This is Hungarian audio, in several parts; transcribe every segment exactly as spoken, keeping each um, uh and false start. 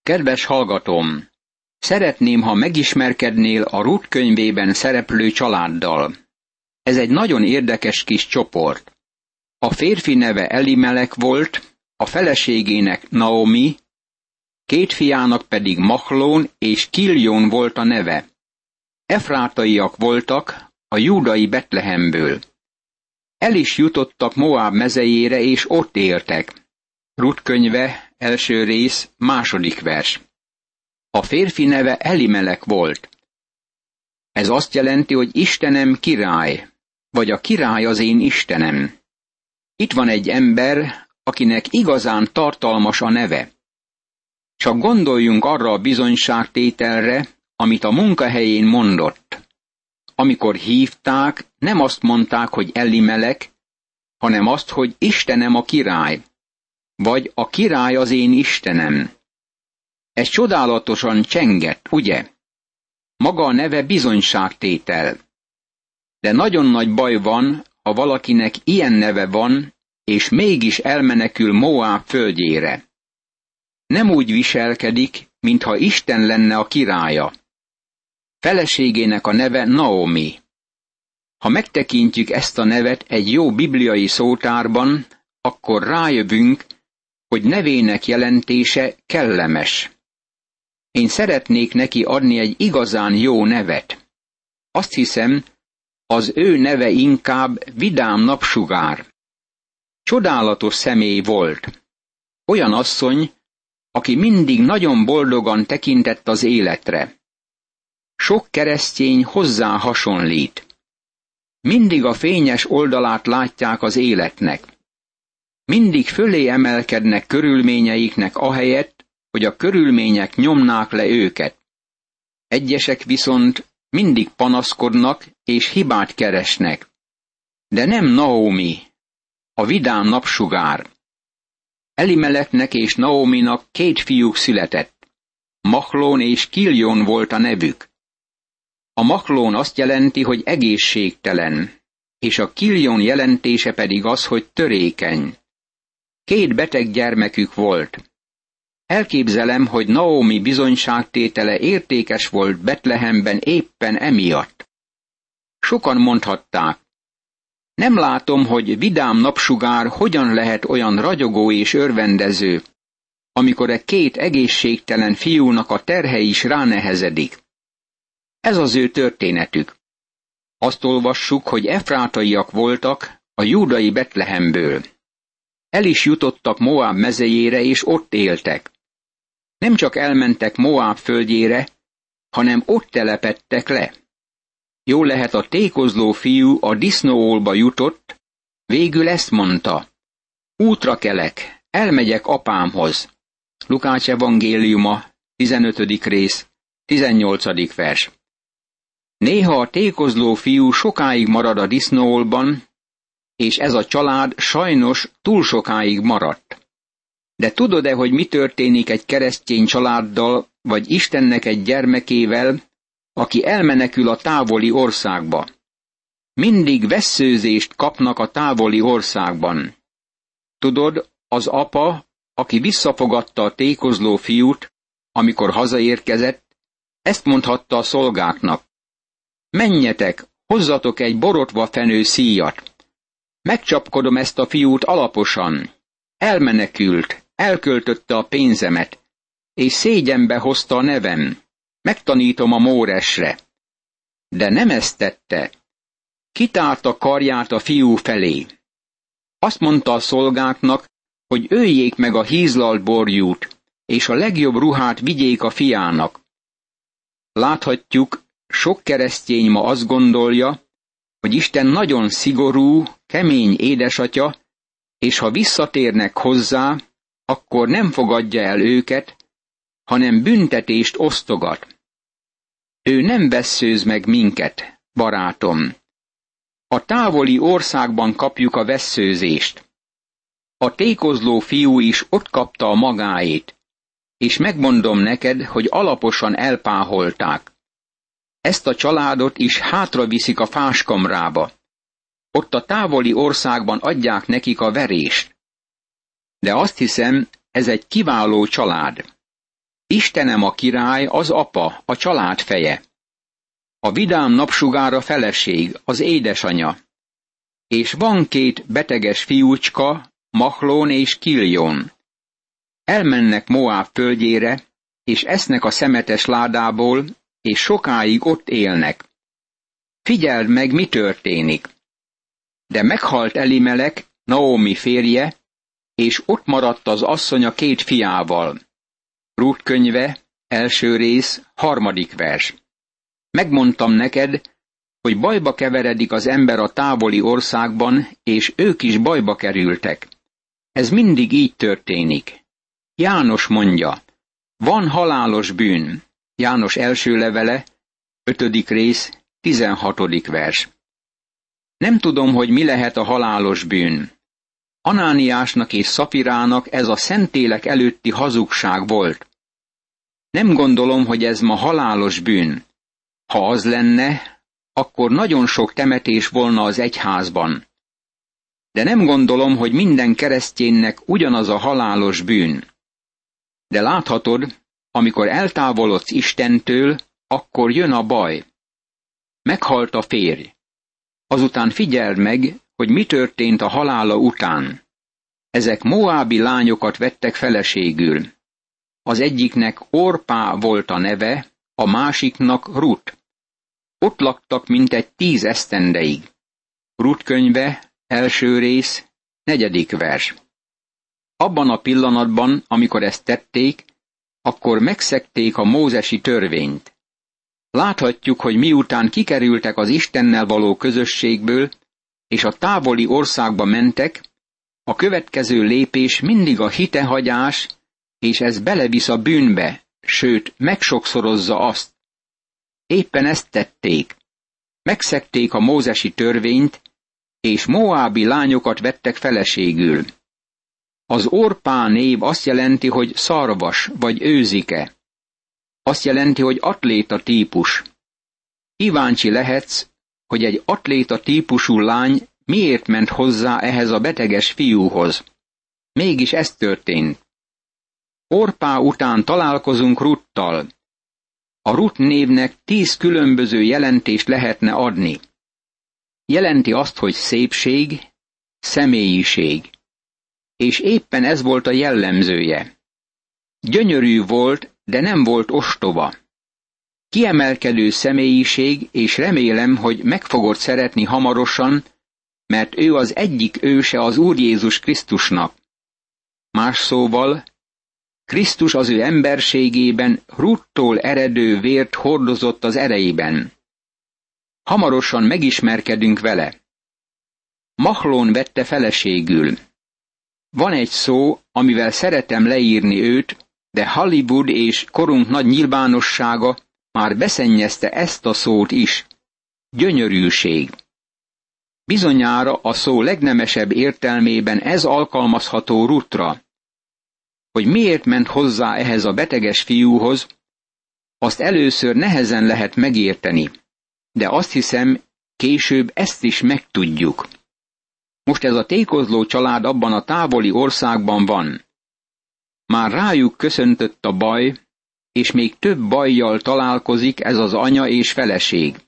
Kedves hallgatóm! Szeretném, ha megismerkednél a Rút könyvében szereplő családdal. Ez egy nagyon érdekes kis csoport. A férfi neve Elimelek volt, a feleségének Naomi, két fiának pedig Machlón és Kiljón volt a neve. Efrátaiak voltak, a júdai Betlehemből. El is jutottak Moáb mezejére, és ott éltek. Rút könyve, első rész, második vers. A férfi neve Elimelek volt. Ez azt jelenti, hogy Istenem király, vagy a király az én Istenem. Itt van egy ember, akinek igazán tartalmas a neve. Csak gondoljunk arra a bizonyságtételre, amit a munkahelyén mondott. Amikor hívták, nem azt mondták, hogy Elimelek, hanem azt, hogy Istenem a király, vagy a király az én Istenem. Ez csodálatosan csengett, ugye? Maga a neve bizonyságtétel. De nagyon nagy baj van, ha valakinek ilyen neve van, és mégis elmenekül Moáb földjére. Nem úgy viselkedik, mintha Isten lenne a királya. Feleségének a neve Naomi. Ha megtekintjük ezt a nevet egy jó bibliai szótárban, akkor rájövünk, hogy nevének jelentése kellemes. Én szeretnék neki adni egy igazán jó nevet. Azt hiszem, az ő neve inkább vidám napsugár. Csodálatos személy volt. Olyan asszony, aki mindig nagyon boldogan tekintett az életre. Sok keresztény hozzá hasonlít. Mindig a fényes oldalát látják az életnek. Mindig fölé emelkednek körülményeiknek ahelyett, hogy a körülmények nyomnák le őket. Egyesek viszont mindig panaszkodnak és hibát keresnek. De nem Naomi, a vidám napsugár. Elimeleknek és Naominak két fiúk született. Machlón és Kiljón volt a nevük. A Machlón azt jelenti, hogy egészségtelen, és a Kiljón jelentése pedig az, hogy törékeny. Két beteg gyermekük volt. Elképzelem, hogy Naomi bizonyságtétele értékes volt Betlehemben éppen emiatt. Sokan mondhatták, nem látom, hogy vidám napsugár hogyan lehet olyan ragyogó és örvendező, amikor e két egészségtelen fiúnak a terhe is ránehezedik. Ez az ő történetük. Azt olvassuk, hogy efrátaiak voltak a júdai Betlehemből. El is jutottak Moáb mezejére, és ott éltek. Nem csak elmentek Moáb földjére, hanem ott telepedtek le. Jól lehet, a tékozló fiú a disznóolba jutott, végül ezt mondta: útra kelek, elmegyek apámhoz. Lukács evangéliuma, tizenötödik rész, tizennyolcadik vers. Néha a tékozló fiú sokáig marad a disznóolban, és ez a család sajnos túl sokáig maradt. De tudod-e, hogy mi történik egy keresztény családdal, vagy Istennek egy gyermekével, aki elmenekül a távoli országba? Mindig vesszőzést kapnak a távoli országban. Tudod, az apa, aki visszafogadta a tékozló fiút, amikor hazaérkezett, ezt mondhatta a szolgáknak: menjetek, hozzatok egy borotva fenő szíjat. Megcsapkodom ezt a fiút alaposan. Elmenekült, elköltötte a pénzemet, és szégyenbe hozta a nevem. Megtanítom a Móresre. De nem ezt tette. Kitárta karját a fiú felé. Azt mondta a szolgáknak, hogy öljék meg a hízlalt borjút, és a legjobb ruhát vigyék a fiának. Láthatjuk, sok keresztény ma azt gondolja, hogy Isten nagyon szigorú, kemény édesatya, és ha visszatérnek hozzá, akkor nem fogadja el őket, hanem büntetést osztogat. Ő nem vesszőz meg minket, barátom. A távoli országban kapjuk a vesszőzést. A tékozló fiú is ott kapta a magáét, és megmondom neked, hogy alaposan elpáholták. Ezt a családot is hátra viszik a fáskamrába. Ott a távoli országban adják nekik a verést. De azt hiszem, ez egy kiváló család. Istenem a király, az apa, a család feje. A vidám napsugára feleség, az édesanya. És van két beteges fiúcska, Machlón és Kiljón. Elmennek Moáb földjére, és esznek a szemetes ládából, és sokáig ott élnek. Figyeld meg, mi történik. De meghalt Elimelek, Naomi férje, és ott maradt az asszony a két fiával. Rút könyve, első rész, harmadik vers. Megmondtam neked, hogy bajba keveredik az ember a távoli országban, és ők is bajba kerültek. Ez mindig így történik. János mondja, van halálos bűn. János első levele, ötödik rész, tizenhatodik vers. Nem tudom, hogy mi lehet a halálos bűn. Anániásnak és Szafirának ez a Szentélek előtti hazugság volt. Nem gondolom, hogy ez ma halálos bűn. Ha az lenne, akkor nagyon sok temetés volna az egyházban. De nem gondolom, hogy minden kereszténynek ugyanaz a halálos bűn. De láthatod, amikor eltávolodsz Istentől, akkor jön a baj. Meghalt a férj. Azután figyeld meg, hogy mi történt a halála után. Ezek moábi lányokat vettek feleségül. Az egyiknek Orpá volt a neve, a másiknak Rut. Ott laktak mintegy tíz esztendeig. Rut könyve, első rész, negyedik vers. Abban a pillanatban, amikor ezt tették, akkor megszegték a mózesi törvényt. Láthatjuk, hogy miután kikerültek az Istennel való közösségből, és a távoli országba mentek, a következő lépés mindig a hitehagyás, és ez belevisz a bűnbe, sőt, megsokszorozza azt. Éppen ezt tették. Megszegték a mózesi törvényt, és moábi lányokat vettek feleségül. Az Orpá név azt jelenti, hogy szarvas vagy őzike. Azt jelenti, hogy atléta típus. Kíváncsi lehetsz, hogy egy atléta típusú lány miért ment hozzá ehhez a beteges fiúhoz. Mégis ez történt. Orpá után találkozunk Ruttal. A Rut névnek tíz különböző jelentést lehetne adni. Jelenti azt, hogy szépség, személyiség. És éppen ez volt a jellemzője. Gyönyörű volt, de nem volt ostoba. Kiemelkedő személyiség, és remélem, hogy meg fogod szeretni hamarosan, mert ő az egyik őse az Úr Jézus Krisztusnak. Más szóval, Krisztus az ő emberségében Ruttól eredő vért hordozott az erejében. Hamarosan megismerkedünk vele. Machlón vette feleségül. Van egy szó, amivel szeretem leírni őt, de Hollywood és korunk nagy nyilvánossága már beszennyezte ezt a szót is. Gyönyörűség. Bizonyára a szó legnemesebb értelmében ez alkalmazható Rutra. Hogy miért ment hozzá ehhez a beteges fiúhoz, azt először nehezen lehet megérteni, de azt hiszem, később ezt is megtudjuk. Most ez a tékozló család abban a távoli országban van. Már rájuk köszöntött a baj, és még több bajjal találkozik ez az anya és feleség.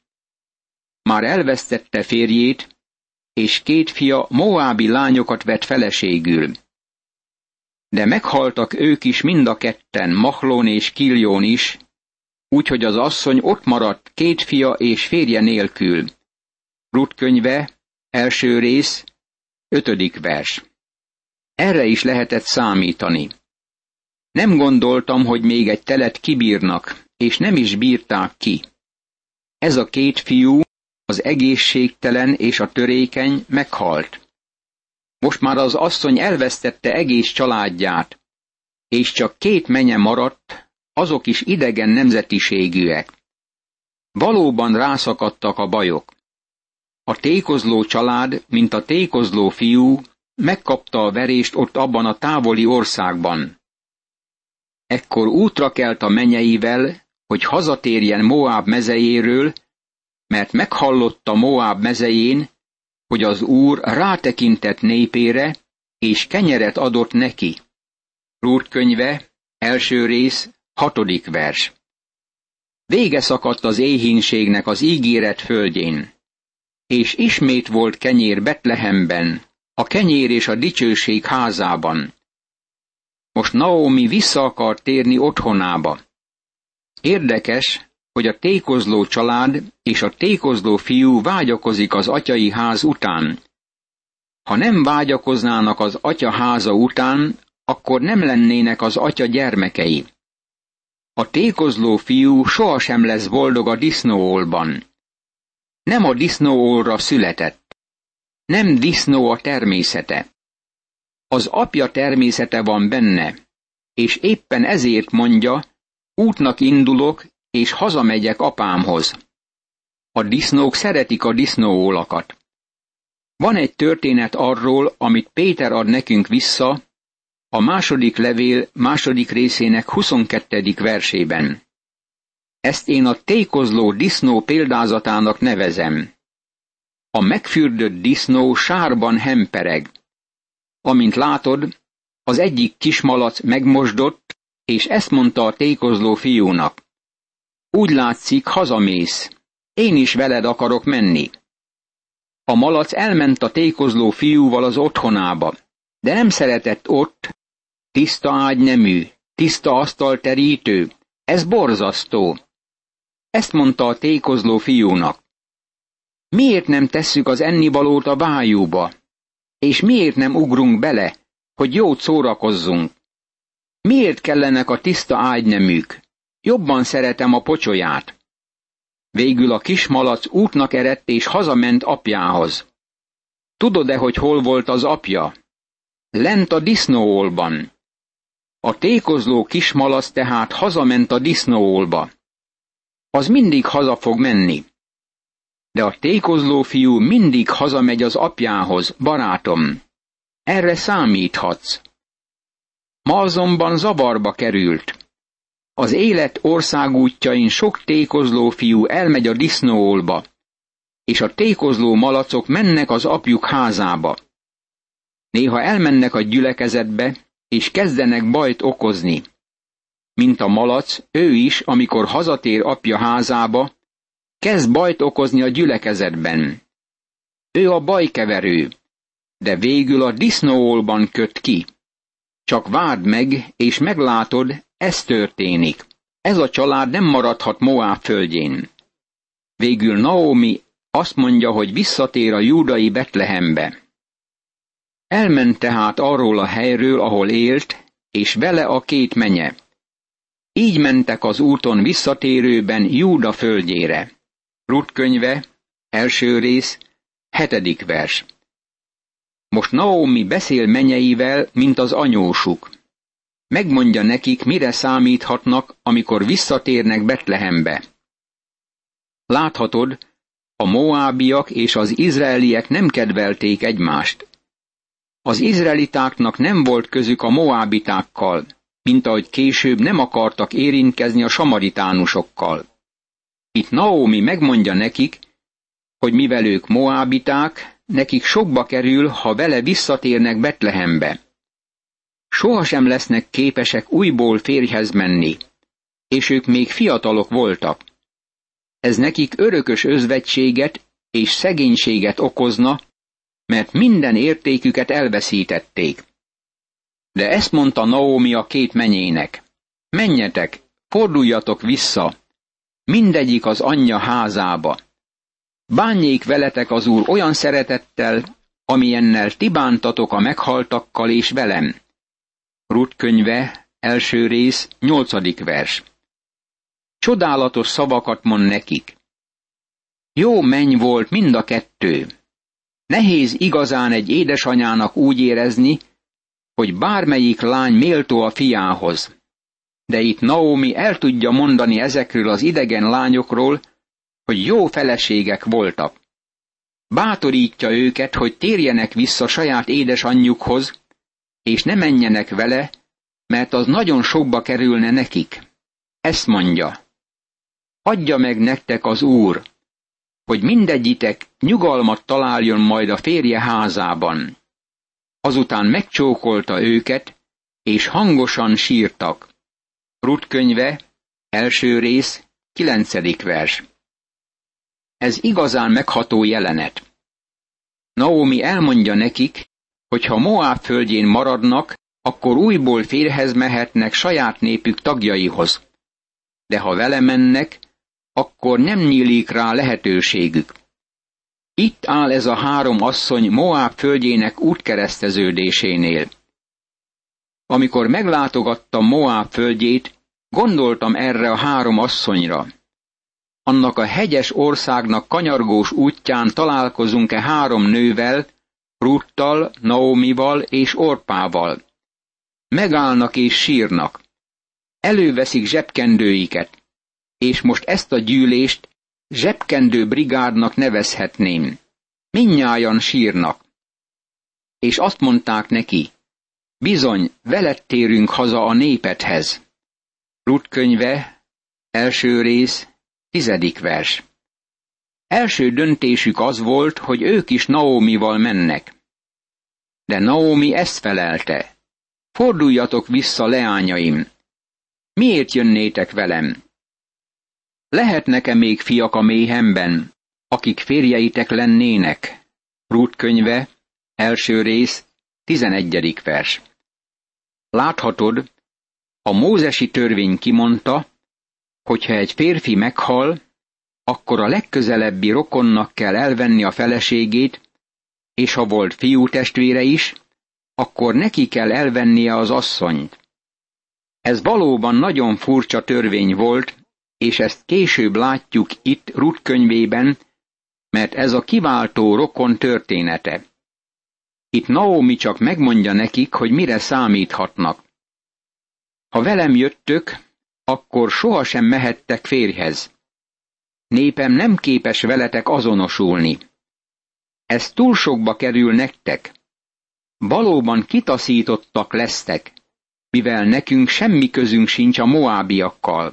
Már elvesztette férjét, és két fia moábi lányokat vett feleségül. De meghaltak ők is mind a ketten, Machlón és Kiljón is, úgyhogy az asszony ott maradt két fia és férje nélkül. Rut könyve, első rész, ötödik vers. Erre is lehetett számítani. Nem gondoltam, hogy még egy telet kibírnak, és nem is bírták ki. Ez a két fiú, az egészségtelen és a törékeny meghalt. Most már az asszony elvesztette egész családját, és csak két menye maradt, azok is idegen nemzetiségűek. Valóban rászakadtak a bajok. A tékozló család, mint a tékozló fiú, megkapta a verést ott abban a távoli országban. Ekkor útra kelt a menyeivel, hogy hazatérjen Moáb mezejéről, mert meghallotta Moáb mezején, hogy az Úr rátekintett népére, és kenyeret adott neki. Rút könyve, első rész, Hatodik vers. Vége szakadt az éhínségnek az ígéret földjén, és ismét volt kenyér Betlehemben, a kenyér és a dicsőség házában. Most Naomi vissza akar térni otthonába. Érdekes, hogy a tékozló család és a tékozló fiú vágyakozik az atyai ház után. Ha nem vágyakoznának az atya háza után, akkor nem lennének az atya gyermekei. A tékozló fiú sohasem lesz boldog a disznóolban. Nem a disznóolra született. Nem disznó a természete. Az apja természete van benne, és éppen ezért mondja, útnak indulok, és hazamegyek apámhoz. A disznók szeretik a disznóolakat. Van egy történet arról, amit Péter ad nekünk vissza, a második levél második részének huszonkettedik versében. Ezt én a tékozló disznó példázatának nevezem. A megfürdött disznó sárban hempereg. Amint látod, az egyik kismalac megmosdott, és ezt mondta a tékozló fiúnak. Úgy látszik, hazamész. Én is veled akarok menni. A malac elment a tékozló fiúval az otthonába, de nem szeretett ott, tiszta ágynemű, tiszta asztalterítő, ez borzasztó. Ezt mondta a tékozló fiúnak. Miért nem tesszük az ennivalót a bájúba? És miért nem ugrunk bele, hogy jót szórakozzunk? Miért kellenek a tiszta ágyneműk? Jobban szeretem a pocsolyát. Végül a kismalac útnak eredt és hazament apjához. Tudod-e, hogy hol volt az apja? Lent a disznóolban. A tékozló kismalac tehát hazament a disznóolba. Az mindig haza fog menni. De a tékozló fiú mindig hazamegy az apjához, barátom. Erre számíthatsz. Ma azonban zavarba került. Az élet országútjain sok tékozló fiú elmegy a disznóolba, és a tékozló malacok mennek az apjuk házába. Néha elmennek a gyülekezetbe, és kezdenek bajt okozni. Mint a malac, ő is, amikor hazatér apja házába, kezd bajt okozni a gyülekezetben. Ő a bajkeverő, de végül a disznóolban köt ki. Csak várd meg, és meglátod, ez történik. Ez a család nem maradhat Moáb földjén. Végül Naomi azt mondja, hogy visszatér a júdai Betlehembe. Elment tehát arról a helyről, ahol élt, és vele a két menye. Így mentek az úton visszatérőben Júda földjére. Rut könyve, első rész, hetedik vers. Most Naomi beszél menyeivel, mint az anyósuk. Megmondja nekik, mire számíthatnak, amikor visszatérnek Betlehembe. Láthatod, a moábiak és az izraeliek nem kedvelték egymást. Az izraelitáknak nem volt közük a moábitákkal, mint ahogy később nem akartak érintkezni a samaritánusokkal. Itt Naomi megmondja nekik, hogy mivel ők moábiták, nekik sokba kerül, ha vele visszatérnek Betlehembe. Sohasem lesznek képesek újból férjhez menni, és ők még fiatalok voltak. Ez nekik örökös özvegységet és szegénységet okozna, mert minden értéküket elveszítették. De ezt mondta Naomi a két menyének. Menjetek, forduljatok vissza, mindegyik az anyja házába. Bánjék veletek az Úr olyan szeretettel, amilyennel ti bántatok a meghaltakkal és velem. Rut könyve, első rész, nyolcadik vers. Csodálatos szavakat mond nekik. Jó menny volt mind a kettő. Nehéz igazán egy édesanyának úgy érezni, hogy bármelyik lány méltó a fiához. De itt Naomi el tudja mondani ezekről az idegen lányokról, hogy jó feleségek voltak. Bátorítja őket, hogy térjenek vissza saját édesanyjukhoz, és ne menjenek vele, mert az nagyon sokba kerülne nekik. Ezt mondja. Adja meg nektek az Úr, hogy mindegyitek nyugalmat találjon majd a férje házában. Azután megcsókolta őket, és hangosan sírtak. Rut könyve, első rész, kilencedik vers. Ez igazán megható jelenet. Naomi elmondja nekik, hogy ha Moáb földjén maradnak, akkor újból férjhez mehetnek saját népük tagjaihoz. De ha vele mennek, akkor nem nyílik rá lehetőségük. Itt áll ez a három asszony Moáb földjének útkereszteződésénél. Amikor meglátogattam Moáb földjét, gondoltam erre a három asszonyra. Annak a hegyes országnak kanyargós útján találkozunk-e három nővel, Ruttal, Naomival és Orpával. Megállnak és sírnak. Előveszik zsebkendőiket, és most ezt a gyűlést zsebkendő brigádnak nevezhetném. Mindnyájan sírnak. És azt mondták neki, bizony, veled térünk haza a népedhez. Rut könyve, első rész, tizedik vers. Első döntésük az volt, hogy ők is Naomival mennek. De Naomi ezt felelte. Forduljatok vissza, leányaim. Miért jönnétek velem? Lehetnek-e még fiak a méhemben, akik férjeitek lennének? Rut könyve, első rész, tizenegyedik vers. Láthatod, a mózesi törvény kimondta, hogyha egy férfi meghal, akkor a legközelebbi rokonnak kell elvenni a feleségét, és ha volt fiú testvére is, akkor neki kell elvennie az asszonyt. Ez valóban nagyon furcsa törvény volt, és ezt később látjuk itt Rut könyvében, mert ez a kiváltó rokon története. Itt Naomi csak megmondja nekik, hogy mire számíthatnak. Ha velem jöttök, akkor sohasem mehettek férjhez. Népem nem képes veletek azonosulni. Ez túl sokba kerül nektek. Valóban kitaszítottak lesztek, mivel nekünk semmi közünk sincs a moábiakkal.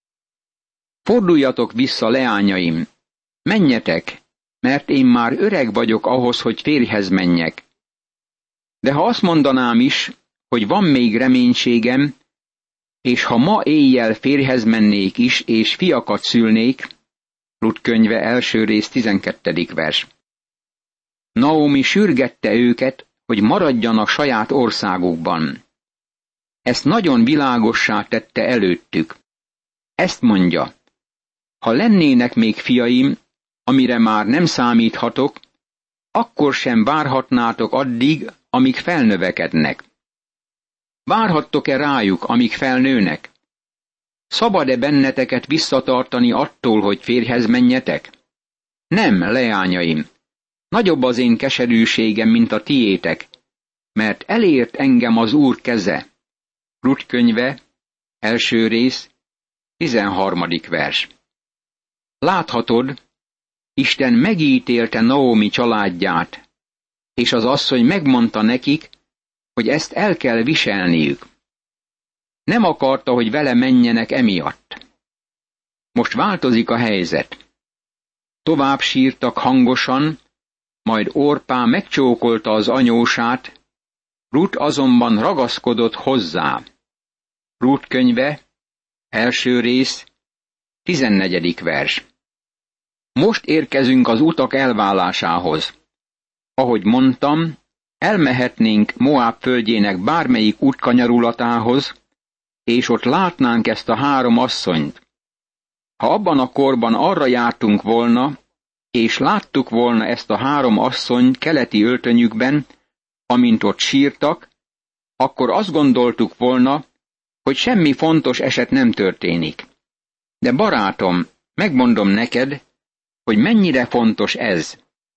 Forduljatok vissza, leányaim, menjetek, mert én már öreg vagyok ahhoz, hogy férjhez menjek. De ha azt mondanám is, hogy van még reménységem, és ha ma éjjel férjhez mennék is, és fiakat szülnék, Rut könyve első rész tizenkettedik vers. Naomi sürgette őket, hogy maradjanak saját országukban. Ezt nagyon világossá tette előttük. Ezt mondja, ha lennének még fiaim, amire már nem számíthatok, akkor sem várhatnátok addig, amíg felnövekednek. Várhattok-e rájuk, amíg felnőnek? Szabad-e benneteket visszatartani attól, hogy férjhez menjetek? Nem, leányaim. Nagyobb az én keserűségem, mint a tiétek, mert elért engem az Úr keze. Rut könyve, első rész, tizenharmadik vers. Láthatod, Isten megítélte Naomi családját, és az asszony megmondta nekik, hogy ezt el kell viselniük. Nem akarta, hogy vele menjenek emiatt. Most változik a helyzet. Tovább sírtak hangosan, majd Orpá megcsókolta az anyósát, Rut azonban ragaszkodott hozzá. Rut könyve, első rész, tizennegyedik vers. Most érkezünk az utak elválásához. Ahogy mondtam, elmehetnénk Moáb földjének bármelyik útkanyarulatához, és ott látnánk ezt a három asszonyt. Ha abban a korban arra jártunk volna, és láttuk volna ezt a három asszonyt keleti öltönyükben, amint ott sírtak, akkor azt gondoltuk volna, hogy semmi fontos eset nem történik. De barátom, megmondom neked, hogy mennyire fontos ez.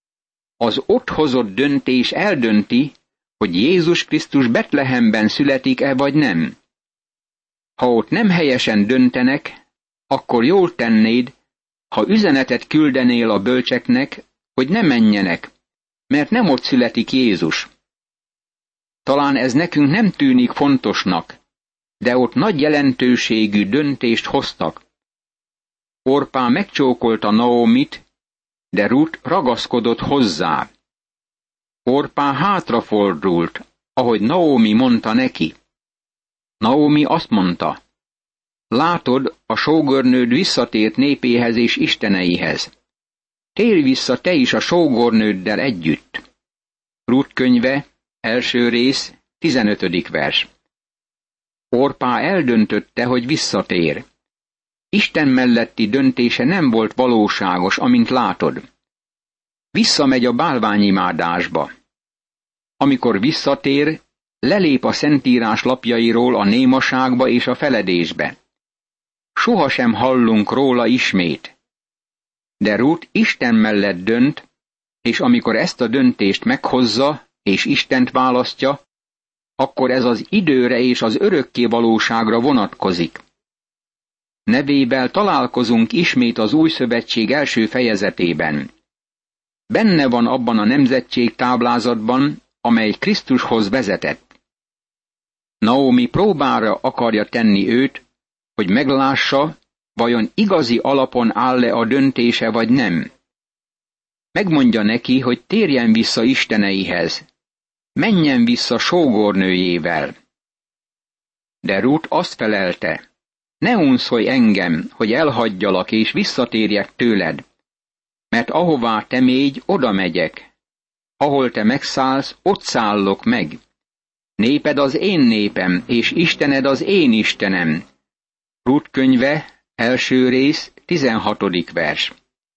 Az ott hozott döntés eldönti, hogy Jézus Krisztus Betlehemben születik-e vagy nem. Ha ott nem helyesen döntenek, akkor jól tennéd, ha üzenetet küldenél a bölcseknek, hogy ne menjenek, mert nem ott születik Jézus. Talán ez nekünk nem tűnik fontosnak, de ott nagy jelentőségű döntést hoztak. Orpá megcsókolta Naomit, de Rut ragaszkodott hozzá. Orpá hátrafordult, ahogy Naomi mondta neki. Naomi azt mondta, Látod, a sógornőd visszatért népéhez és isteneihez. Térj vissza te is a sógornőddel együtt. Rút könyve, első rész, tizenötödik vers. Orpá eldöntötte, hogy visszatér. Isten melletti döntése nem volt valóságos, amint látod. Visszamegy a bálványimádásba. Amikor visszatér, lelép a Szentírás lapjairól a némaságba és a feledésbe. Sohasem hallunk róla ismét. De Rút Isten mellett dönt, és amikor ezt a döntést meghozza, és Istent választja, akkor ez az időre és az örökké valóságra vonatkozik. Nevével találkozunk ismét az Új Szövetség első fejezetében. Benne van abban a nemzetség táblázatban, amely Krisztushoz vezetett. Naomi próbára akarja tenni őt, hogy meglássa, vajon igazi alapon áll-e a döntése vagy nem. Megmondja neki, hogy térjen vissza isteneihez, menjen vissza sógornőjével. De Rút azt felelte, ne unszolj engem, hogy elhagyjalak és visszatérjek tőled, mert ahová te mégy, oda megyek. Ahol te megszállsz, ott szállok meg. Néped az én népem, és Istened az én Istenem. Rút könyve, első rész, tizenhatodik vers.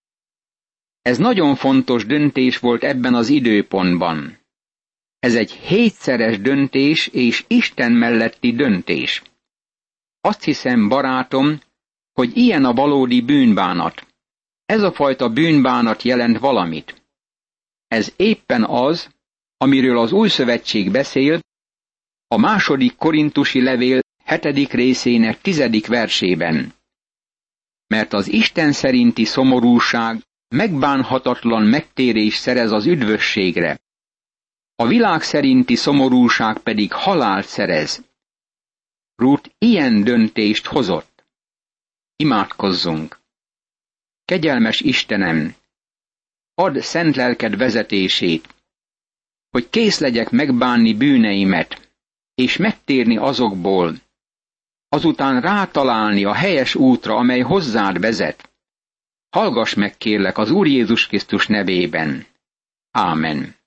Ez nagyon fontos döntés volt ebben az időpontban. Ez egy hétszeres döntés és Isten melletti döntés. Azt hiszem, barátom, hogy ilyen a valódi bűnbánat. Ez a fajta bűnbánat jelent valamit. Ez éppen az, amiről az Új Szövetség beszél, a második korintusi levél hetedik részének tizedik versében. Mert az Isten szerinti szomorúság megbánhatatlan megtérés szerez az üdvösségre. A világ szerinti szomorúság pedig halált szerez. Rút ilyen döntést hozott. Imádkozzunk. Kegyelmes Istenem, add szent lelked vezetését, hogy kész legyek megbánni bűneimet, és megtérni azokból, azután rátalálni a helyes útra, amely hozzád vezet. Hallgass meg, kérlek, az Úr Jézus Krisztus nevében. Ámen.